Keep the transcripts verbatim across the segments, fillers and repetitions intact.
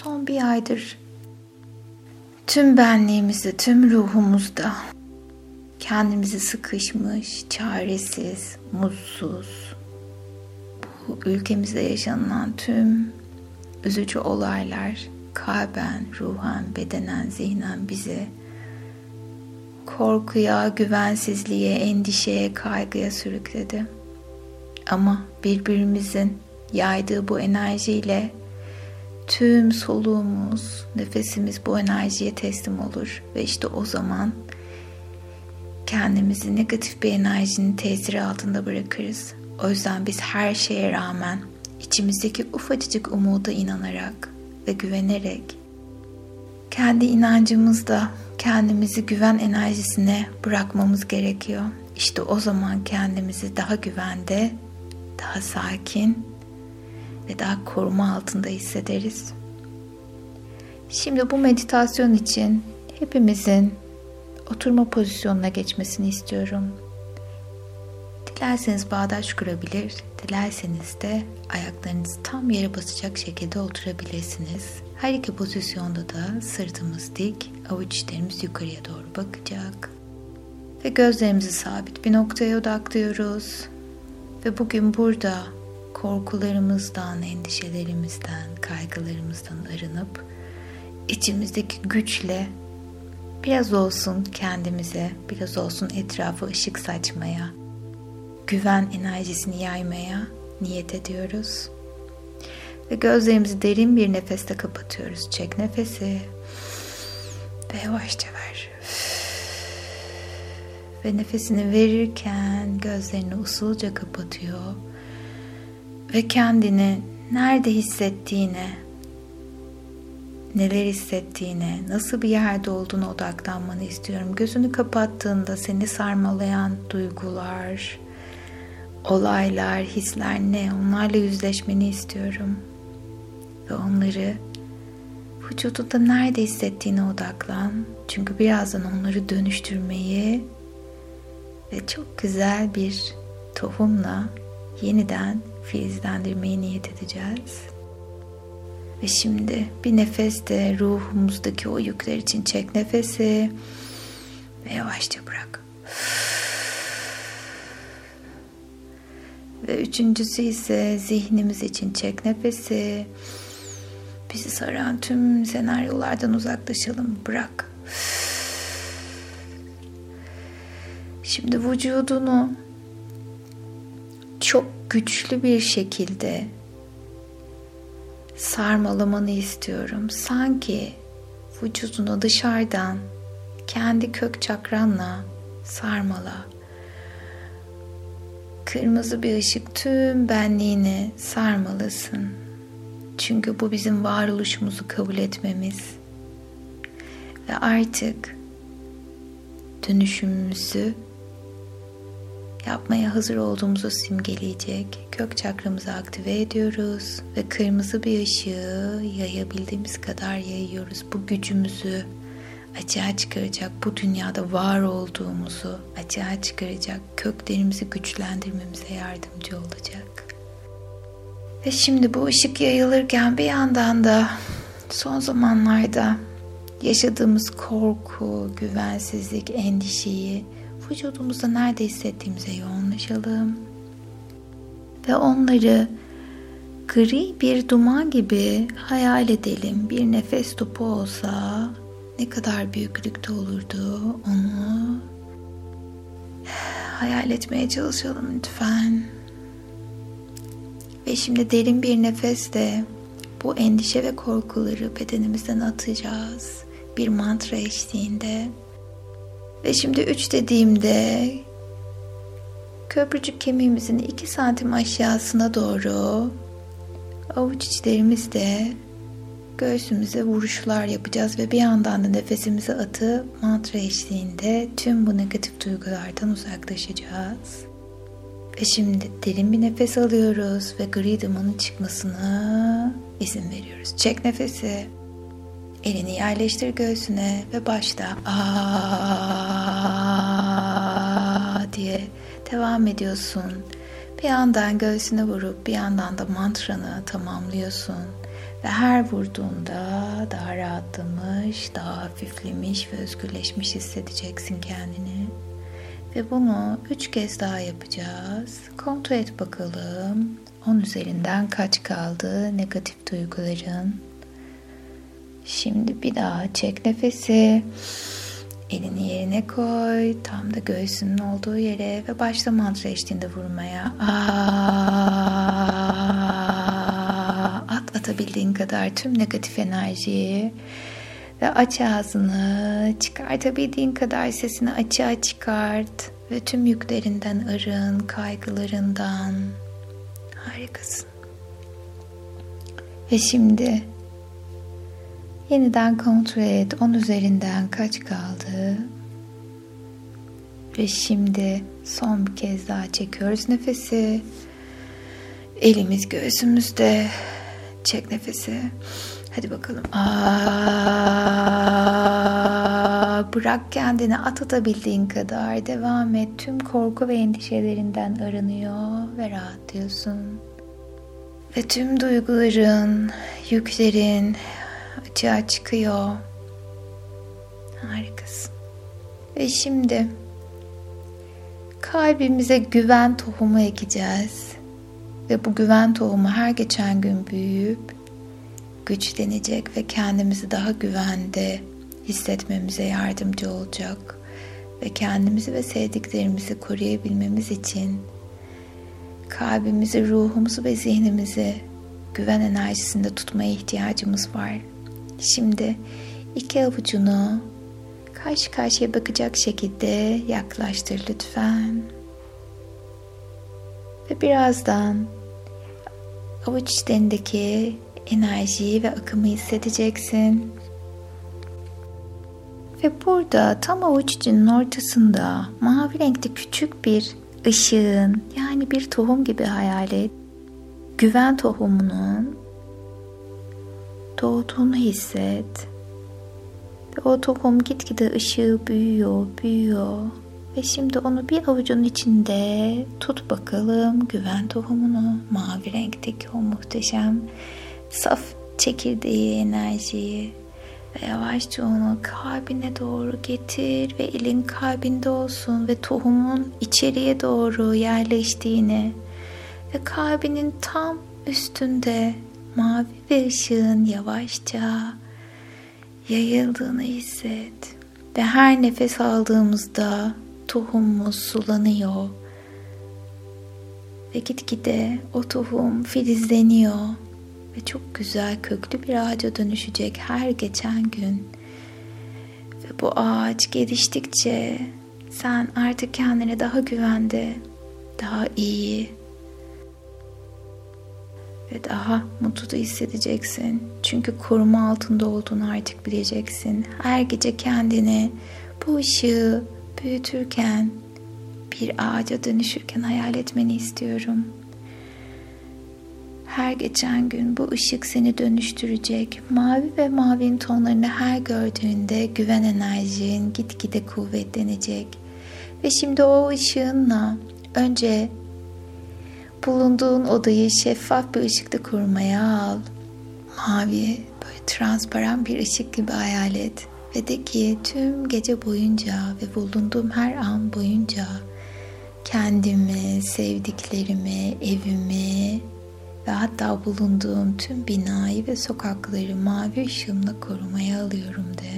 son bir aydır tüm benliğimizde, tüm ruhumuzda kendimizi sıkışmış, çaresiz, mutsuz, bu ülkemizde yaşanılan tüm üzücü olaylar kalben, ruhen, bedenen, zihnen bizi korkuya, güvensizliğe, endişeye, kaygıya sürükledi. Ama birbirimizin yaydığı bu enerjiyle tüm soluğumuz, nefesimiz bu enerjiye teslim olur ve işte o zaman kendimizi negatif bir enerjinin tesiri altında bırakırız. O yüzden biz her şeye rağmen içimizdeki ufacık umuda inanarak ve güvenerek kendi inancımızda kendimizi güven enerjisine bırakmamız gerekiyor. İşte o zaman kendimizi daha güvende, daha sakin ve daha koruma altında hissederiz. Şimdi bu meditasyon için hepimizin oturma pozisyonuna geçmesini istiyorum. Dilerseniz bağdaş kurabilir, dilerseniz de ayaklarınızı tam yere basacak şekilde oturabilirsiniz. Her iki pozisyonda da sırtımız dik, avuç içlerimiz yukarıya doğru bakacak. Ve gözlerimizi sabit bir noktaya odaklıyoruz. Ve bugün burada korkularımızdan, endişelerimizden, kaygılarımızdan arınıp içimizdeki güçle biraz olsun kendimize, biraz olsun etrafa ışık saçmaya, güven enerjisini yaymaya niyet ediyoruz. Ve gözlerimizi derin bir nefeste kapatıyoruz. Çek nefesi ve yavaşça ver. Ve nefesini verirken gözlerini usulca kapatıyor ve kendini nerede hissettiğine, neler hissettiğine, nasıl bir yerde olduğuna odaklanmanı istiyorum. Gözünü kapattığında seni sarmalayan duygular, olaylar, hisler ne? Onlarla yüzleşmeni istiyorum. Ve onları vücudunda nerede hissettiğine odaklan. Çünkü birazdan onları dönüştürmeyi ve çok güzel bir tohumla yeniden filizlendirmeyi niyet edeceğiz. Ve şimdi bir nefeste ruhumuzdaki o yükler için çek nefesi ve yavaşça bırak. Ve üçüncüsü ise zihnimiz için çek nefesi. Bizi saran tüm senaryolardan uzaklaşalım. Bırak. Şimdi vücudunu çok güçlü bir şekilde sarmalamanı istiyorum. Sanki vücudunu dışarıdan kendi kök çakranla sarmala. Kırmızı bir ışık tüm benliğini sarmalasın. Çünkü bu bizim varoluşumuzu kabul etmemiz ve artık dönüşümümüzü yapmaya hazır olduğumuzu simgeleyecek. Kök çakramızı aktive ediyoruz ve kırmızı bir ışığı yayabildiğimiz kadar yayıyoruz. Bu gücümüzü açığa çıkaracak, bu dünyada var olduğumuzu açığa çıkaracak, köklerimizi güçlendirmemize yardımcı olacak. Ve şimdi bu ışık yayılırken bir yandan da son zamanlarda yaşadığımız korku, güvensizlik, endişeyi vücudumuzda nerede hissettiğimize yoğunlaşalım. Ve onları gri bir duman gibi hayal edelim. Bir nefes topu olsa ne kadar büyüklükte olurdu, onu hayal etmeye çalışalım lütfen. Ve şimdi derin bir nefesle bu endişe ve korkuları bedenimizden atacağız. Bir mantra eşliğinde. Ve şimdi üç dediğimde köprücük kemiğimizin iki santim aşağısına doğru avuç içlerimizle göğsümüze vuruşlar yapacağız ve bir yandan da nefesimizi atıp mantra eşliğinde tüm bu negatif duygulardan uzaklaşacağız. Ve şimdi derin bir nefes alıyoruz ve gri dumanın çıkmasına izin veriyoruz. Çek nefesi. Elini yerleştir göğsüne ve başla aa diye devam ediyorsun. Ve Bir yandan göğsüne vurup bir yandan da mantranı tamamlıyorsun. Ve her vurduğunda daha rahatlamış, daha hafiflemiş ve özgürleşmiş hissedeceksin kendini. Ve bunu üç kez daha yapacağız. Kontrol et bakalım. on üzerinden kaç kaldı negatif duyguların? Şimdi bir daha çek nefesi. Elini yerine koy. Tam da göğsünün olduğu yere ve başla mantra eşliğinde vurmaya. Aa, at atabildiğin kadar tüm negatif enerjiyi. Ve aç ağzını, çıkartabildiğin kadar sesini açığa çıkart. Ve tüm yüklerinden arın, kaygılarından. Harikasın. Ve şimdi yeniden kontrol et. on üzerinden kaç kaldı? Ve şimdi son bir kez daha çekiyoruz nefesi. Elimiz göğsümüzde. Çek nefesi. Hadi bakalım. Aa, bırak kendini, at atabildiğin kadar. Devam et. Tüm korku ve endişelerinden arınıyor ve rahatlıyorsun. Ve tüm duyguların, yüklerin açığa çıkıyor. Harikasın. Ve şimdi kalbimize güven tohumu ekeceğiz. Ve bu güven tohumu her geçen gün büyüyüp güçlenecek ve kendimizi daha güvende hissetmemize yardımcı olacak. Ve kendimizi ve sevdiklerimizi koruyabilmemiz için kalbimizi, ruhumuzu ve zihnimizi güven enerjisinde tutmaya ihtiyacımız var. Şimdi iki avucunu karşı karşıya bakacak şekilde yaklaştır lütfen. Ve birazdan avuç içlerindeki enerjiyi ve akımı hissedeceksin. Ve burada tam avuç içinin ortasında mavi renkli küçük bir ışığın, yani bir tohum gibi hayal et. Güven tohumunun doğduğunu hisset. Ve o tohum gitgide ışığı büyüyor, büyüyor. Ve şimdi onu bir avucun içinde tut bakalım, güven tohumunu, mavi renkteki o muhteşem saf çekirdeği, enerjiyi. Ve yavaşça onu kalbine doğru getir ve elin kalbinde olsun ve tohumun içeriye doğru yerleştiğini ve kalbinin tam üstünde mavi bir ışığın yavaşça yayıldığını hisset. Ve her nefes aldığımızda tohumumuz sulanıyor ve gitgide o tohum filizleniyor ve çok güzel köklü bir ağaca dönüşecek her geçen gün. Ve bu ağaç geliştikçe sen artık kendini daha güvende, daha iyi ve daha mutlu hissedeceksin. Çünkü koruma altında olduğunu artık bileceksin. Her gece kendini bu ışığı büyütürken, bir ağaca dönüşürken hayal etmeni istiyorum. Her geçen gün bu ışık seni dönüştürecek. Mavi ve mavinin tonlarını her gördüğünde güven enerjin gitgide kuvvetlenecek. Ve şimdi o ışığınla önce bulunduğun odayı şeffaf bir ışıkla korumaya al. Mavi, böyle transparan bir ışık gibi hayal et. Ve de ki tüm gece boyunca ve bulunduğum her an boyunca kendimi, sevdiklerimi, evimi ve hatta bulunduğum tüm binayı ve sokakları mavi ışığımla korumaya alıyorum de.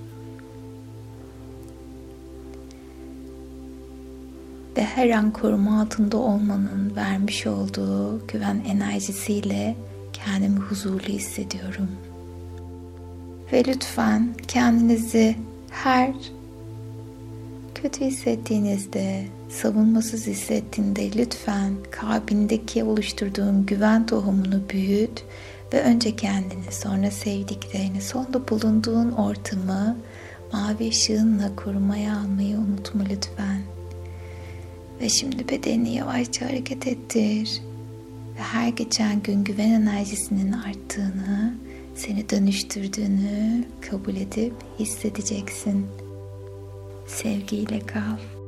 Ve her an koruma altında olmanın vermiş olduğu güven enerjisiyle kendimi huzurlu hissediyorum. Ve lütfen kendinizi her kötü hissettiğinizde, savunmasız hissettiğinde lütfen kalbindeki oluşturduğun güven tohumunu büyüt ve önce kendini, sonra sevdiklerini, sonra bulunduğun ortamı mavi ışığınla korumaya almayı unutma lütfen. Ve şimdi bedenini yavaşça hareket ettir ve her geçen gün güven enerjisinin arttığını, seni dönüştürdüğünü kabul edip hissedeceksin. Sevgiyle kal.